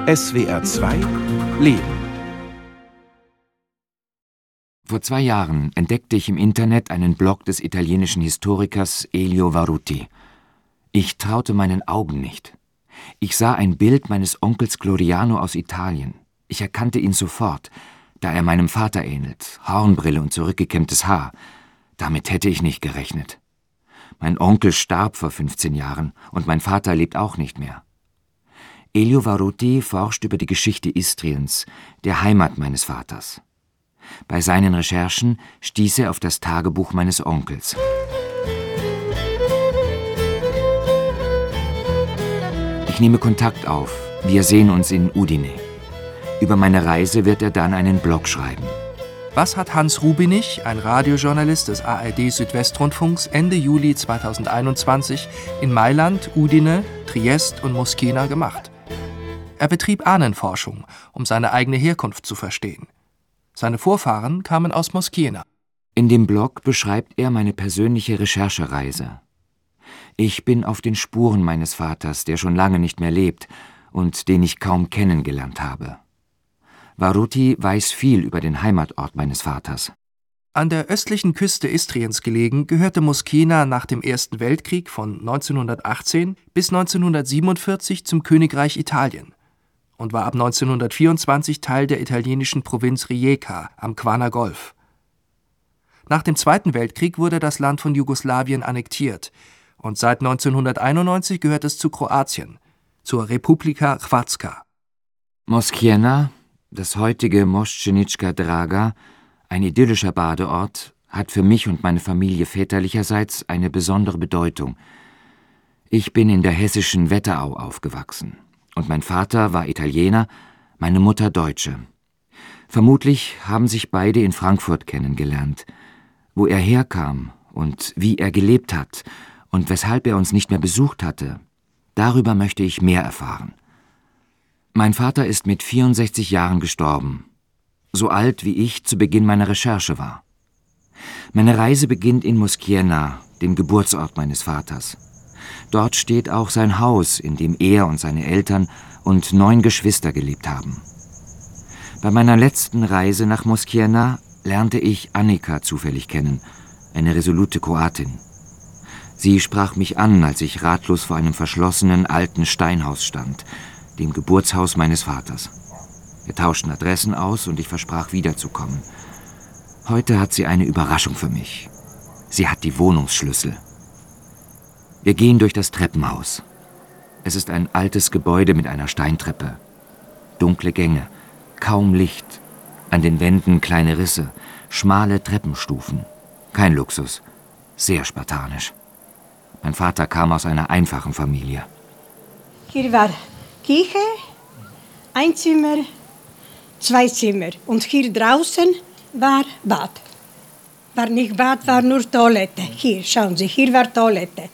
SWR 2 Leben. Vor 2 Jahren entdeckte ich im Internet einen Blog des italienischen Historikers Elio Varuti. Ich traute meinen Augen nicht. Ich sah ein Bild meines Onkels Gloriano aus Italien. Ich erkannte ihn sofort, da er meinem Vater ähnelt, Hornbrille und zurückgekämmtes Haar. Damit hätte ich nicht gerechnet. Mein Onkel starb vor 15 Jahren und mein Vater lebt auch nicht mehr. Elio Varuti forscht über die Geschichte Istriens, der Heimat meines Vaters. Bei seinen Recherchen stieß er auf das Tagebuch meines Onkels. Ich nehme Kontakt auf. Wir sehen uns in Udine. Über meine Reise wird er dann einen Blog schreiben. Was hat Hans Rubinich, ein Radiojournalist des ARD Südwestrundfunks, Ende Juli 2021 in Mailand, Udine, Triest und Moschina gemacht? Er betrieb Ahnenforschung, um seine eigene Herkunft zu verstehen. Seine Vorfahren kamen aus Moschina. In dem Blog beschreibt er meine persönliche Recherchereise. Ich bin auf den Spuren meines Vaters, der schon lange nicht mehr lebt und den ich kaum kennengelernt habe. Varuti weiß viel über den Heimatort meines Vaters. An der östlichen Küste Istriens gelegen, gehörte Moschina nach dem Ersten Weltkrieg von 1918 bis 1947 zum Königreich Italien und war ab 1924 Teil der italienischen Provinz Rijeka am Quarner Golf. Nach dem Zweiten Weltkrieg wurde das Land von Jugoslawien annektiert und seit 1991 gehört es zu Kroatien, zur Republika Hrvatska. Moschina, das heutige Mošćenička Draga, ein idyllischer Badeort, hat für mich und meine Familie väterlicherseits eine besondere Bedeutung. Ich bin in der hessischen Wetterau aufgewachsen. Und mein Vater war Italiener, meine Mutter Deutsche. Vermutlich haben sich beide in Frankfurt kennengelernt. Wo er herkam und wie er gelebt hat und weshalb er uns nicht mehr besucht hatte, darüber möchte ich mehr erfahren. Mein Vater ist mit 64 Jahren gestorben, so alt wie ich zu Beginn meiner Recherche war. Meine Reise beginnt in Moschina, dem Geburtsort meines Vaters. Dort steht auch sein Haus, in dem er und seine Eltern und 9 Geschwister gelebt haben. Bei meiner letzten Reise nach Moschina lernte ich Annika zufällig kennen, eine resolute Kroatin. Sie sprach mich an, als ich ratlos vor einem verschlossenen alten Steinhaus stand, dem Geburtshaus meines Vaters. Wir tauschten Adressen aus und ich versprach wiederzukommen. Heute hat sie eine Überraschung für mich. Sie hat die Wohnungsschlüssel. Wir gehen durch das Treppenhaus. Es ist ein altes Gebäude mit einer Steintreppe. Dunkle Gänge, kaum Licht. An den Wänden kleine Risse, schmale Treppenstufen. Kein Luxus, sehr spartanisch. Mein Vater kam aus einer einfachen Familie. Hier war Küche, 1 Zimmer, 2 Zimmer. Und hier draußen war Bad. War nicht Bad, war nur Toilette. Hier, schauen Sie, hier war Toilette.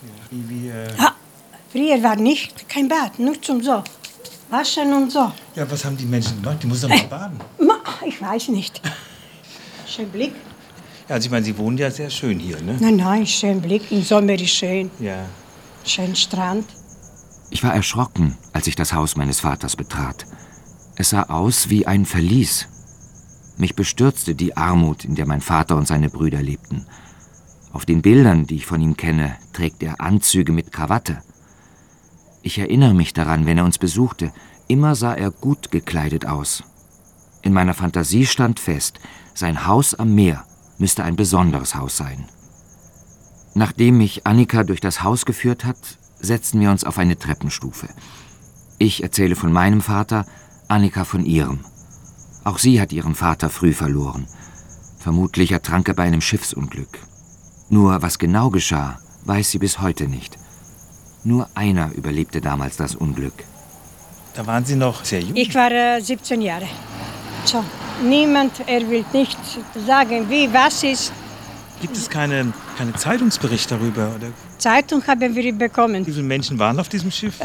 Früher war nicht kein Bad, nur zum so. Waschen und so. Ja, was haben die Menschen gemacht? Die mussten doch mal baden. Ich weiß nicht. Schön Blick. Ja, also ich meine, Sie wohnen ja sehr schön hier, ne? Nein, schön Blick. Im Sommer ist schön. Ja. Schön Strand. Ich war erschrocken, als ich das Haus meines Vaters betrat. Es sah aus wie ein Verlies. Mich bestürzte die Armut, in der mein Vater und seine Brüder lebten. Auf den Bildern, die ich von ihm kenne, trägt er Anzüge mit Krawatte. Ich erinnere mich daran, wenn er uns besuchte, immer sah er gut gekleidet aus. In meiner Fantasie stand fest, sein Haus am Meer müsste ein besonderes Haus sein. Nachdem mich Annika durch das Haus geführt hat, setzten wir uns auf eine Treppenstufe. Ich erzähle von meinem Vater, Annika von ihrem. Auch sie hat ihren Vater früh verloren. Vermutlich ertrank er bei einem Schiffsunglück. Nur was genau geschah, weiß sie bis heute nicht. Nur einer überlebte damals das Unglück. Da waren Sie noch sehr jung? Ich war 17 Jahre. So, niemand, will nicht sagen, wie, was ist. Gibt es keine Zeitungsbericht darüber? Oder? Zeitung haben wir bekommen. Wie viele Menschen waren auf diesem Schiff?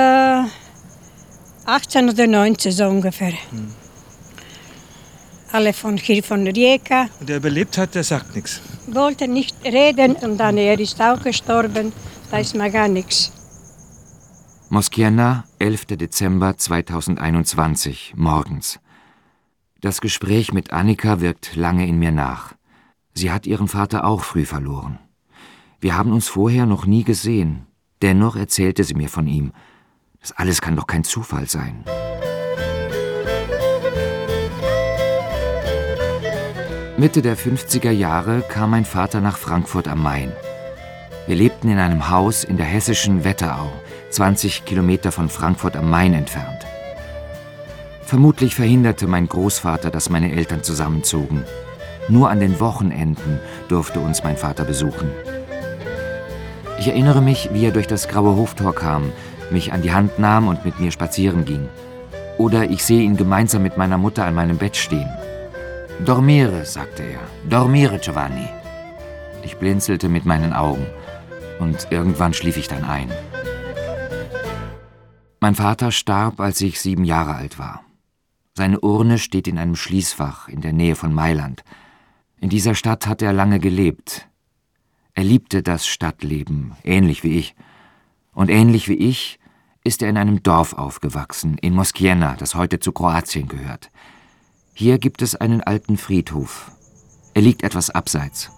18 oder 19 so ungefähr. Alle von hier von Rijeka. Und der überlebt hat, der sagt nichts. Wollte nicht reden und dann er ist auch gestorben. Da ist mir gar nichts. Moskiena, 11. Dezember 2021, morgens. Das Gespräch mit Annika wirkt lange in mir nach. Sie hat ihren Vater auch früh verloren. Wir haben uns vorher noch nie gesehen. Dennoch erzählte sie mir von ihm. Das alles kann doch kein Zufall sein. Mitte der 50er Jahre kam mein Vater nach Frankfurt am Main. Wir lebten in einem Haus in der hessischen Wetterau, 20 Kilometer von Frankfurt am Main entfernt. Vermutlich verhinderte mein Großvater, dass meine Eltern zusammenzogen. Nur an den Wochenenden durfte uns mein Vater besuchen. Ich erinnere mich, wie er durch das graue Hoftor kam, mich an die Hand nahm und mit mir spazieren ging. Oder ich sehe ihn gemeinsam mit meiner Mutter an meinem Bett stehen. »Dormire«, sagte er, »dormire, Giovanni.« Ich blinzelte mit meinen Augen und irgendwann schlief ich dann ein. Mein Vater starb, als ich 7 Jahre alt war. Seine Urne steht in einem Schließfach in der Nähe von Mailand. In dieser Stadt hat er lange gelebt. Er liebte das Stadtleben, ähnlich wie ich. Und ähnlich wie ich ist er in einem Dorf aufgewachsen, in Moskiena, das heute zu Kroatien gehört. Hier gibt es einen alten Friedhof. Er liegt etwas abseits.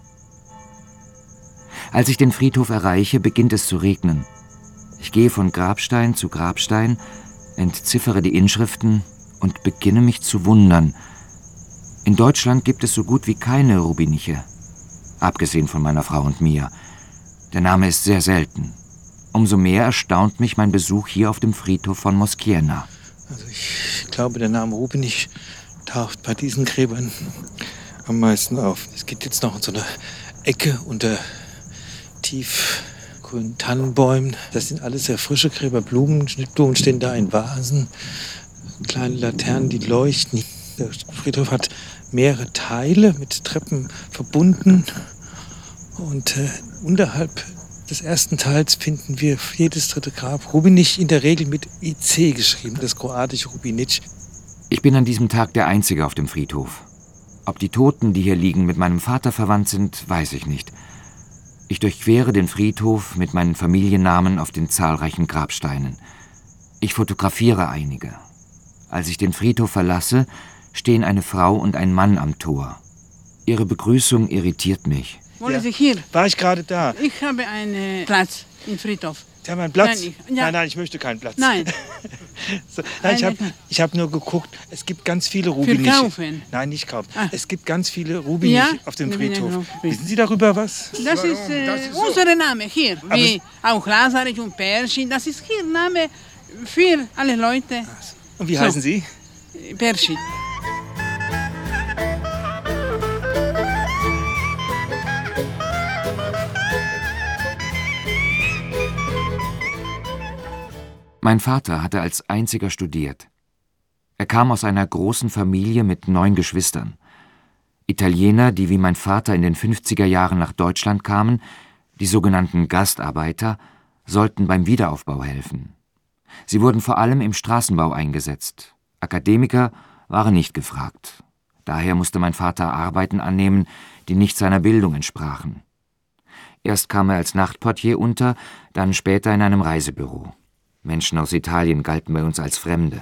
Als ich den Friedhof erreiche, beginnt es zu regnen. Ich gehe von Grabstein zu Grabstein, entziffere die Inschriften und beginne mich zu wundern. In Deutschland gibt es so gut wie keine Rubiniche, abgesehen von meiner Frau und mir. Der Name ist sehr selten. Umso mehr erstaunt mich mein Besuch hier auf dem Friedhof von Moskiena. Also ich glaube, der Name Rubinich taucht bei diesen Gräbern am meisten auf. Es gibt jetzt noch so eine Ecke unter tiefgrünen Tannenbäumen. Das sind alles sehr frische Gräber. Schnittblumen stehen da in Vasen. Kleine Laternen, die leuchten. Der Friedhof hat mehrere Teile mit Treppen verbunden. Und unterhalb des ersten Teils finden wir jedes dritte Grab Rubinich, in der Regel mit IC geschrieben, das kroatische Rubinic. Ich bin an diesem Tag der Einzige auf dem Friedhof. Ob die Toten, die hier liegen, mit meinem Vater verwandt sind, weiß ich nicht. Ich durchquere den Friedhof mit meinen Familiennamen auf den zahlreichen Grabsteinen. Ich fotografiere einige. Als ich den Friedhof verlasse, stehen eine Frau und ein Mann am Tor. Ihre Begrüßung irritiert mich. Wollen Sie hier? War ich gerade da? Ich habe einen Platz im Friedhof. Sie haben einen Platz? Nein, ich möchte keinen Platz. Nein. So, nein, ich hab nur geguckt, es gibt ganz viele Rubinich. Für kaufen? Nein, nicht kaufen. Es gibt ganz viele Rubinich auf dem Friedhof. Wissen Sie darüber was? Das ist unser Name hier. Wie auch Lazarich und Perschin. Das ist hier Name für alle Leute. Und wie heißen Sie? Perschin. Mein Vater hatte als einziger studiert. Er kam aus einer großen Familie mit 9 Geschwistern. Italiener, die wie mein Vater in den 50er Jahren nach Deutschland kamen, die sogenannten Gastarbeiter, sollten beim Wiederaufbau helfen. Sie wurden vor allem im Straßenbau eingesetzt. Akademiker waren nicht gefragt. Daher musste mein Vater Arbeiten annehmen, die nicht seiner Bildung entsprachen. Erst kam er als Nachtportier unter, dann später in einem Reisebüro. Menschen aus Italien galten bei uns als Fremde.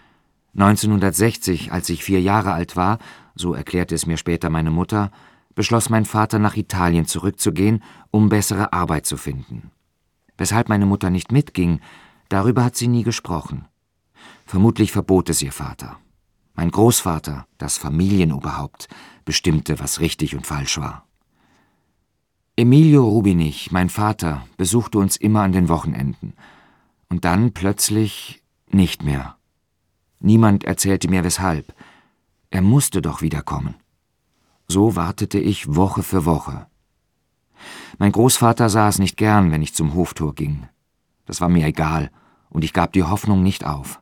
1960, als ich 4 Jahre alt war, so erklärte es mir später meine Mutter, beschloss mein Vater, nach Italien zurückzugehen, um bessere Arbeit zu finden. Weshalb meine Mutter nicht mitging, darüber hat sie nie gesprochen. Vermutlich verbot es ihr Vater. Mein Großvater, das Familienoberhaupt, bestimmte, was richtig und falsch war. Emilio Rubinich, mein Vater, besuchte uns immer an den Wochenenden. Und dann plötzlich nicht mehr. Niemand erzählte mir weshalb. Er musste doch wiederkommen. So wartete ich Woche für Woche. Mein Großvater sah es nicht gern, wenn ich zum Hoftor ging. Das war mir egal, und ich gab die Hoffnung nicht auf.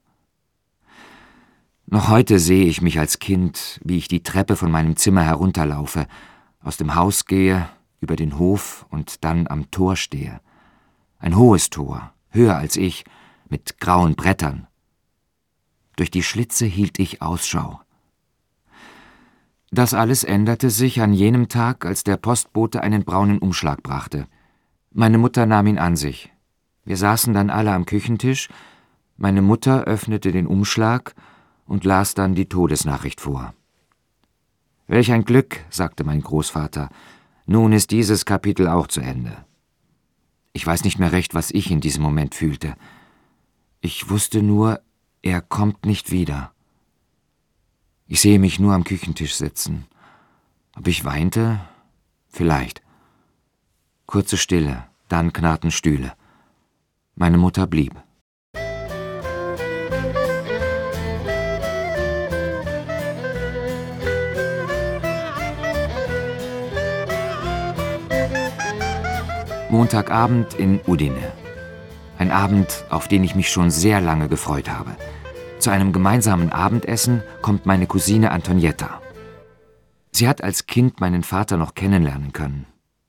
Noch heute sehe ich mich als Kind, wie ich die Treppe von meinem Zimmer herunterlaufe, aus dem Haus gehe, über den Hof und dann am Tor stehe. Ein hohes Tor, höher als ich, mit grauen Brettern. Durch die Schlitze hielt ich Ausschau. Das alles änderte sich an jenem Tag, als der Postbote einen braunen Umschlag brachte. Meine Mutter nahm ihn an sich. Wir saßen dann alle am Küchentisch, meine Mutter öffnete den Umschlag und las dann die Todesnachricht vor. »Welch ein Glück«, sagte mein Großvater, »nun ist dieses Kapitel auch zu Ende.« Ich weiß nicht mehr recht, was ich in diesem Moment fühlte. Ich wusste nur, er kommt nicht wieder. Ich sehe mich nur am Küchentisch sitzen. Ob ich weinte? Vielleicht. Kurze Stille, dann knarrten Stühle. Meine Mutter blieb. Montagabend in Udine. Ein Abend, auf den ich mich schon sehr lange gefreut habe. Zu einem gemeinsamen Abendessen kommt meine Cousine Antonietta. Sie hat als Kind meinen Vater noch kennenlernen können.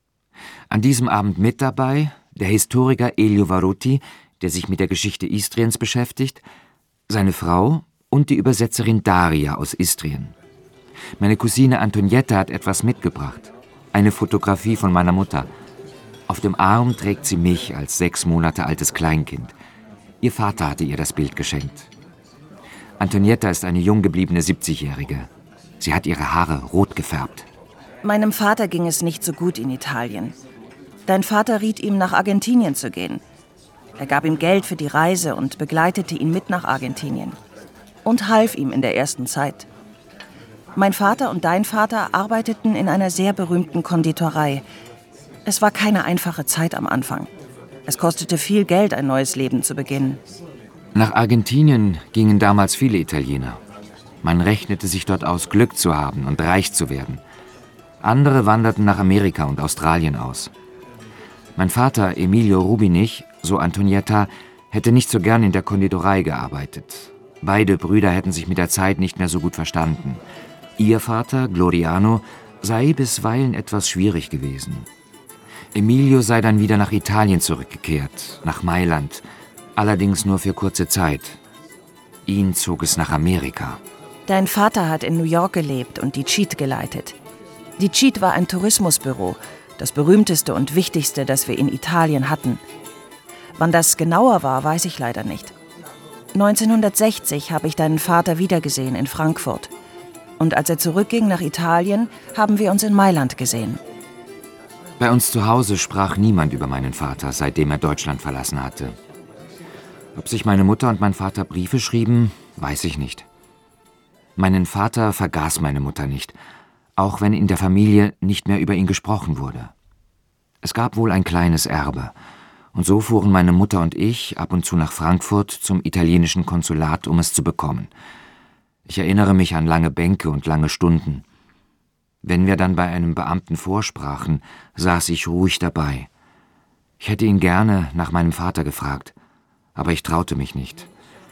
An diesem Abend mit dabei der Historiker Elio Varuti, der sich mit der Geschichte Istriens beschäftigt, seine Frau und die Übersetzerin Daria aus Istrien. Meine Cousine Antonietta hat etwas mitgebracht. Eine Fotografie von meiner Mutter. Auf dem Arm trägt sie mich als 6 Monate altes Kleinkind. Ihr Vater hatte ihr das Bild geschenkt. Antonietta ist eine jung gebliebene 70-Jährige. Sie hat ihre Haare rot gefärbt. Meinem Vater ging es nicht so gut in Italien. Dein Vater riet ihm, nach Argentinien zu gehen. Er gab ihm Geld für die Reise und begleitete ihn mit nach Argentinien. Und half ihm in der ersten Zeit. Mein Vater und dein Vater arbeiteten in einer sehr berühmten Konditorei. Es war keine einfache Zeit am Anfang. Es kostete viel Geld, ein neues Leben zu beginnen. Nach Argentinien gingen damals viele Italiener. Man rechnete sich dort aus, Glück zu haben und reich zu werden. Andere wanderten nach Amerika und Australien aus. Mein Vater, Emilio Rubinich, so Antonietta, hätte nicht so gern in der Konditorei gearbeitet. Beide Brüder hätten sich mit der Zeit nicht mehr so gut verstanden. Ihr Vater, Gloriano, sei bisweilen etwas schwierig gewesen. Emilio sei dann wieder nach Italien zurückgekehrt, nach Mailand, allerdings nur für kurze Zeit. Ihn zog es nach Amerika. Dein Vater hat in New York gelebt und die CIT geleitet. Die CIT war ein Tourismusbüro, das berühmteste und wichtigste, das wir in Italien hatten. Wann das genauer war, weiß ich leider nicht. 1960 habe ich deinen Vater wiedergesehen in Frankfurt. Und als er zurückging nach Italien, haben wir uns in Mailand gesehen. Bei uns zu Hause sprach niemand über meinen Vater, seitdem er Deutschland verlassen hatte. Ob sich meine Mutter und mein Vater Briefe schrieben, weiß ich nicht. Meinen Vater vergaß meine Mutter nicht, auch wenn in der Familie nicht mehr über ihn gesprochen wurde. Es gab wohl ein kleines Erbe, und so fuhren meine Mutter und ich ab und zu nach Frankfurt zum italienischen Konsulat, um es zu bekommen. Ich erinnere mich an lange Bänke und lange Stunden. Wenn wir dann bei einem Beamten vorsprachen, saß ich ruhig dabei. Ich hätte ihn gerne nach meinem Vater gefragt, aber ich traute mich nicht.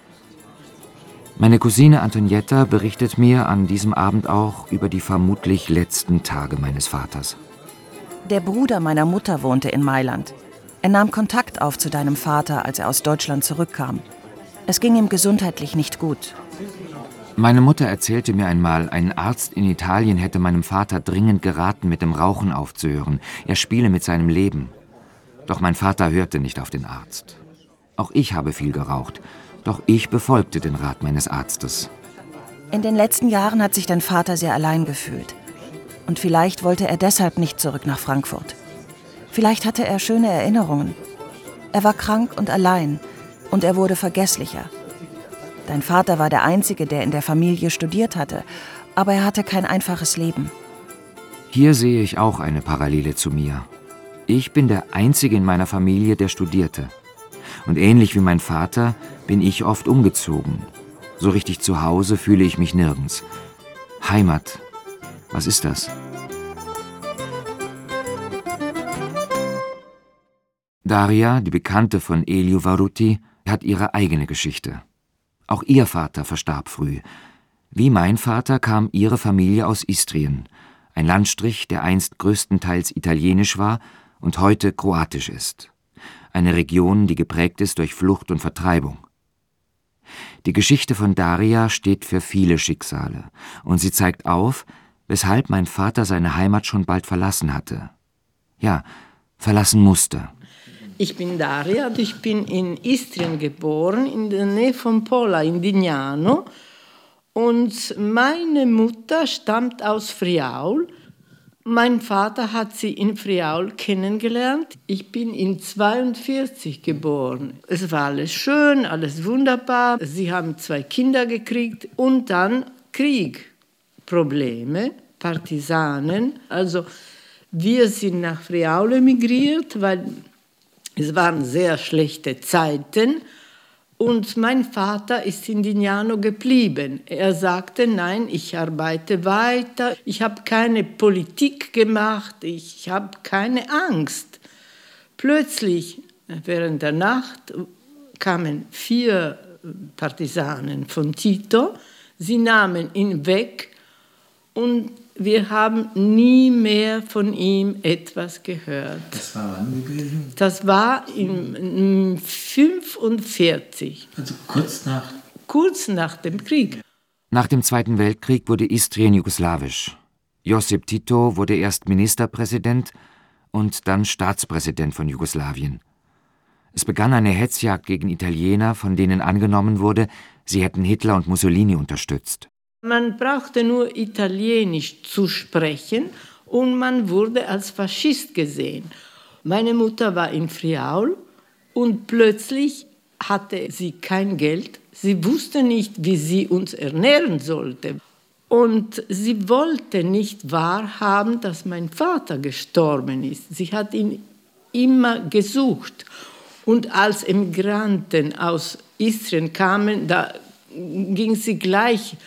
Meine Cousine Antonietta berichtet mir an diesem Abend auch über die vermutlich letzten Tage meines Vaters. Der Bruder meiner Mutter wohnte in Mailand. Er nahm Kontakt auf zu deinem Vater, als er aus Deutschland zurückkam. Es ging ihm gesundheitlich nicht gut. Meine Mutter erzählte mir einmal, ein Arzt in Italien hätte meinem Vater dringend geraten, mit dem Rauchen aufzuhören. Er spiele mit seinem Leben. Doch mein Vater hörte nicht auf den Arzt. Auch ich habe viel geraucht, doch ich befolgte den Rat meines Arztes. In den letzten Jahren hat sich dein Vater sehr allein gefühlt. Und vielleicht wollte er deshalb nicht zurück nach Frankfurt. Vielleicht hatte er schöne Erinnerungen. Er war krank und allein und er wurde vergesslicher. Dein Vater war der Einzige, der in der Familie studiert hatte, aber er hatte kein einfaches Leben. Hier sehe ich auch eine Parallele zu mir. Ich bin der Einzige in meiner Familie, der studierte. Und ähnlich wie mein Vater bin ich oft umgezogen. So richtig zu Hause fühle ich mich nirgends. Heimat, was ist das? Daria, die Bekannte von Elio Varuti, hat ihre eigene Geschichte. Auch ihr Vater verstarb früh. Wie mein Vater kam ihre Familie aus Istrien, ein Landstrich, der einst größtenteils italienisch war und heute kroatisch ist. Eine Region, die geprägt ist durch Flucht und Vertreibung. Die Geschichte von Daria steht für viele Schicksale und sie zeigt auf, weshalb mein Vater seine Heimat schon bald verlassen hatte. Ja, verlassen musste. Ich bin Daria, ich bin in Istrien geboren, in der Nähe von Pola, in Dignano. Und meine Mutter stammt aus Friaul. Mein Vater hat sie in Friaul kennengelernt. Ich bin in 1942 geboren. Es war alles schön, alles wunderbar. Sie haben 2 Kinder gekriegt und dann Krieg, Probleme, Partisanen. Also wir sind nach Friaul emigriert, weil es waren sehr schlechte Zeiten. Und mein Vater ist in Dignano geblieben. Er sagte, nein, ich arbeite weiter, ich habe keine Politik gemacht, ich habe keine Angst. Plötzlich, während der Nacht, kamen 4 Partisanen von Tito. Sie nahmen ihn weg und wir haben nie mehr von ihm etwas gehört. Das war wann gewesen? Das war in 1945. Also kurz nach dem Krieg. Nach dem Zweiten Weltkrieg wurde Istrien jugoslawisch. Josip Tito wurde erst Ministerpräsident und dann Staatspräsident von Jugoslawien. Es begann eine Hetzjagd gegen Italiener, von denen angenommen wurde, sie hätten Hitler und Mussolini unterstützt. Man brauchte nur Italienisch zu sprechen und man wurde als Faschist gesehen. Meine Mutter war in Friaul und plötzlich hatte sie kein Geld. Sie wusste nicht, wie sie uns ernähren sollte. Und sie wollte nicht wahrhaben, dass mein Vater gestorben ist. Sie hat ihn immer gesucht. Und als Emigranten aus Istrien kamen, da ging sie gleich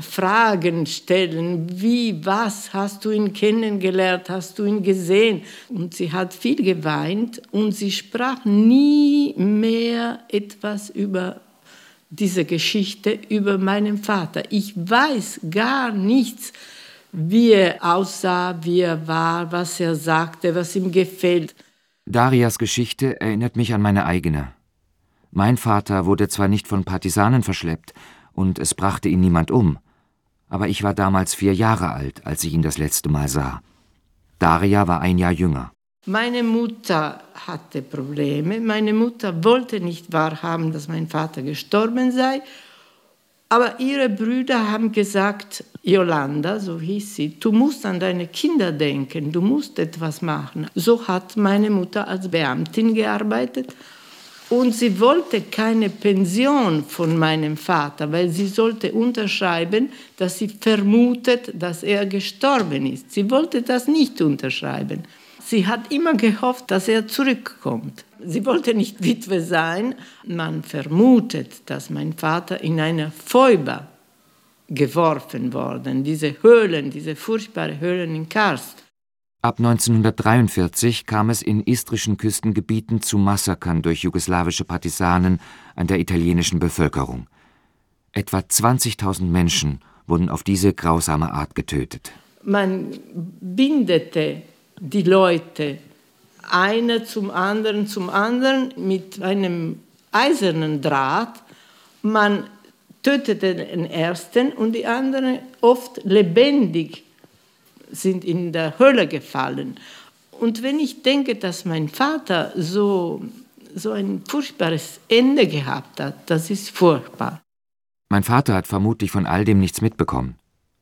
Fragen stellen, wie, was, hast du ihn kennengelernt, hast du ihn gesehen? Und sie hat viel geweint und sie sprach nie mehr etwas über diese Geschichte, über meinen Vater. Ich weiß gar nichts, wie er aussah, wie er war, was er sagte, was ihm gefällt. Darias Geschichte erinnert mich an meine eigene. Mein Vater wurde zwar nicht von Partisanen verschleppt und es brachte ihn niemand um, aber ich war damals 4 Jahre alt, als ich ihn das letzte Mal sah. Daria war 1 Jahr jünger. Meine Mutter hatte Probleme. Meine Mutter wollte nicht wahrhaben, dass mein Vater gestorben sei. Aber ihre Brüder haben gesagt, Yolanda, so hieß sie, du musst an deine Kinder denken, du musst etwas machen. So hat meine Mutter als Beamtin gearbeitet. Und sie wollte keine Pension von meinem Vater, weil sie sollte unterschreiben, dass sie vermutet, dass er gestorben ist. Sie wollte das nicht unterschreiben. Sie hat immer gehofft, dass er zurückkommt. Sie wollte nicht Witwe sein. Man vermutet, dass mein Vater in eine Feuber geworfen worden, diese Höhlen, diese furchtbaren Höhlen in Karst. Ab 1943 kam es in istrischen Küstengebieten zu Massakern durch jugoslawische Partisanen an der italienischen Bevölkerung. Etwa 20.000 Menschen wurden auf diese grausame Art getötet. Man bindete die Leute, einer zum anderen mit einem eisernen Draht. Man tötete den ersten und die anderen oft lebendig sind in der Hölle gefallen. Und wenn ich denke, dass mein Vater so ein furchtbares Ende gehabt hat, das ist furchtbar. Mein Vater hat vermutlich von all dem nichts mitbekommen.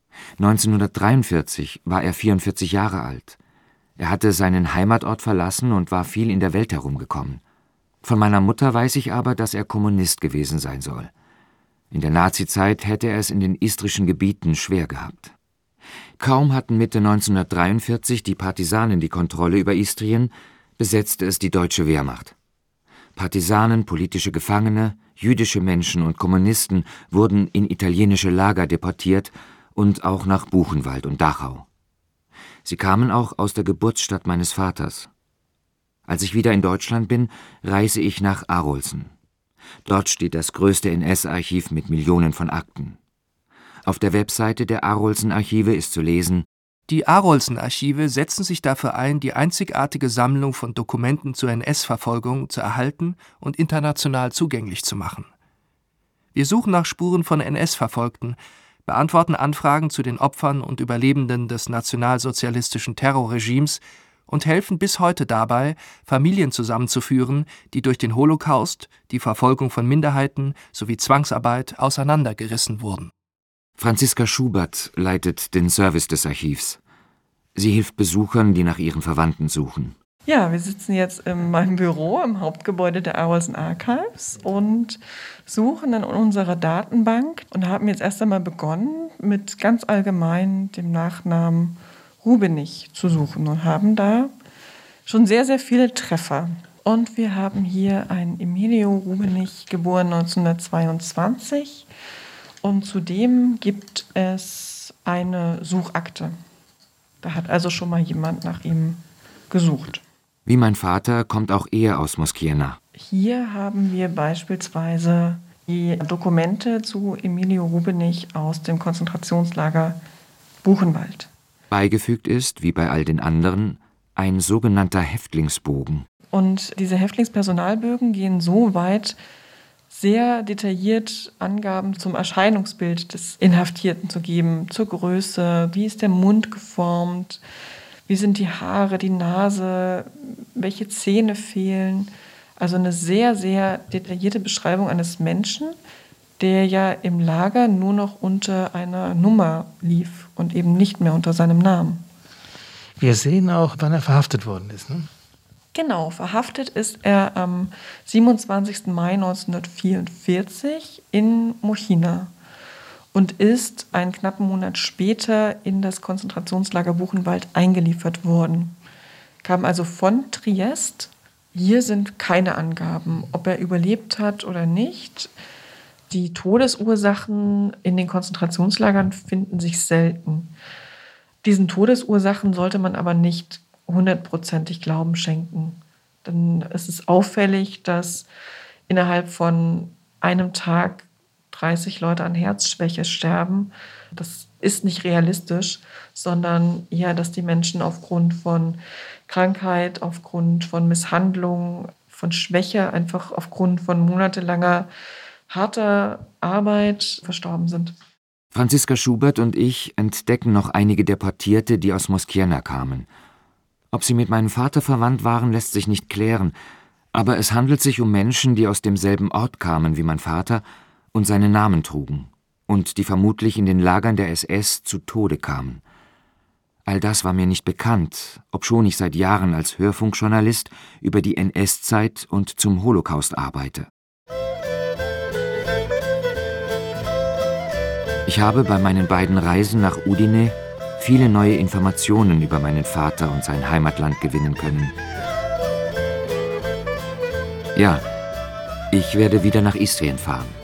1943 war er 44 Jahre alt. Er hatte seinen Heimatort verlassen und war viel in der Welt herumgekommen. Von meiner Mutter weiß ich aber, dass er Kommunist gewesen sein soll. In der Nazizeit hätte er es in den istrischen Gebieten schwer gehabt. Kaum hatten Mitte 1943 die Partisanen die Kontrolle über Istrien, besetzte es die deutsche Wehrmacht. Partisanen, politische Gefangene, jüdische Menschen und Kommunisten wurden in italienische Lager deportiert und auch nach Buchenwald und Dachau. Sie kamen auch aus der Geburtsstadt meines Vaters. Als ich wieder in Deutschland bin, reise ich nach Arolsen. Dort steht das größte NS-Archiv mit Millionen von Akten. Auf der Webseite der Arolsen-Archive ist zu lesen: Die Arolsen-Archive setzen sich dafür ein, die einzigartige Sammlung von Dokumenten zur NS-Verfolgung zu erhalten und international zugänglich zu machen. Wir suchen nach Spuren von NS-Verfolgten, beantworten Anfragen zu den Opfern und Überlebenden des nationalsozialistischen Terrorregimes und helfen bis heute dabei, Familien zusammenzuführen, die durch den Holocaust, die Verfolgung von Minderheiten sowie Zwangsarbeit auseinandergerissen wurden. Franziska Schubert leitet den Service des Archivs. Sie hilft Besuchern, die nach ihren Verwandten suchen. Ja, wir sitzen jetzt in meinem Büro im Hauptgebäude der Arolsen Archives und suchen in unserer Datenbank und haben jetzt erst einmal begonnen, mit ganz allgemein dem Nachnamen Rubenich zu suchen und haben da schon sehr, sehr viele Treffer. Und wir haben hier einen Emilio Rubenich, geboren 1922. Und zudem gibt es eine Suchakte. Da hat also schon mal jemand nach ihm gesucht. Wie mein Vater kommt auch er aus Moskiena. Hier haben wir beispielsweise die Dokumente zu Emilio Rubenich aus dem Konzentrationslager Buchenwald. Beigefügt ist, wie bei all den anderen, ein sogenannter Häftlingsbogen. Und diese Häftlingspersonalbögen gehen so weit, sehr detailliert Angaben zum Erscheinungsbild des Inhaftierten zu geben, zur Größe, wie ist der Mund geformt, wie sind die Haare, die Nase, welche Zähne fehlen. Also eine sehr, sehr detaillierte Beschreibung eines Menschen, der ja im Lager nur noch unter einer Nummer lief und eben nicht mehr unter seinem Namen. Wir sehen auch, wann er verhaftet worden ist, ne? Genau, verhaftet ist er am 27. Mai 1944 in Mochina und ist einen knappen Monat später in das Konzentrationslager Buchenwald eingeliefert worden. Kam also von Triest. Hier sind keine Angaben, ob er überlebt hat oder nicht. Die Todesursachen in den Konzentrationslagern finden sich selten. Diesen Todesursachen sollte man aber nicht 100%ig Glauben schenken. Denn es ist auffällig, dass innerhalb von einem Tag 30 Leute an Herzschwäche sterben. Das ist nicht realistisch, sondern eher, dass die Menschen aufgrund von Krankheit, aufgrund von Misshandlung, von Schwäche, einfach aufgrund von monatelanger harter Arbeit verstorben sind. Franziska Schubert und ich entdecken noch einige Deportierte, die aus Moskiena kamen. Ob sie mit meinem Vater verwandt waren, lässt sich nicht klären, aber es handelt sich um Menschen, die aus demselben Ort kamen wie mein Vater und seine Namen trugen und die vermutlich in den Lagern der SS zu Tode kamen. All das war mir nicht bekannt, obschon ich seit Jahren als Hörfunkjournalist über die NS-Zeit und zum Holocaust arbeite. Ich habe bei meinen beiden Reisen nach Udine viele neue Informationen über meinen Vater und sein Heimatland gewinnen können. Ja, ich werde wieder nach Istrien fahren.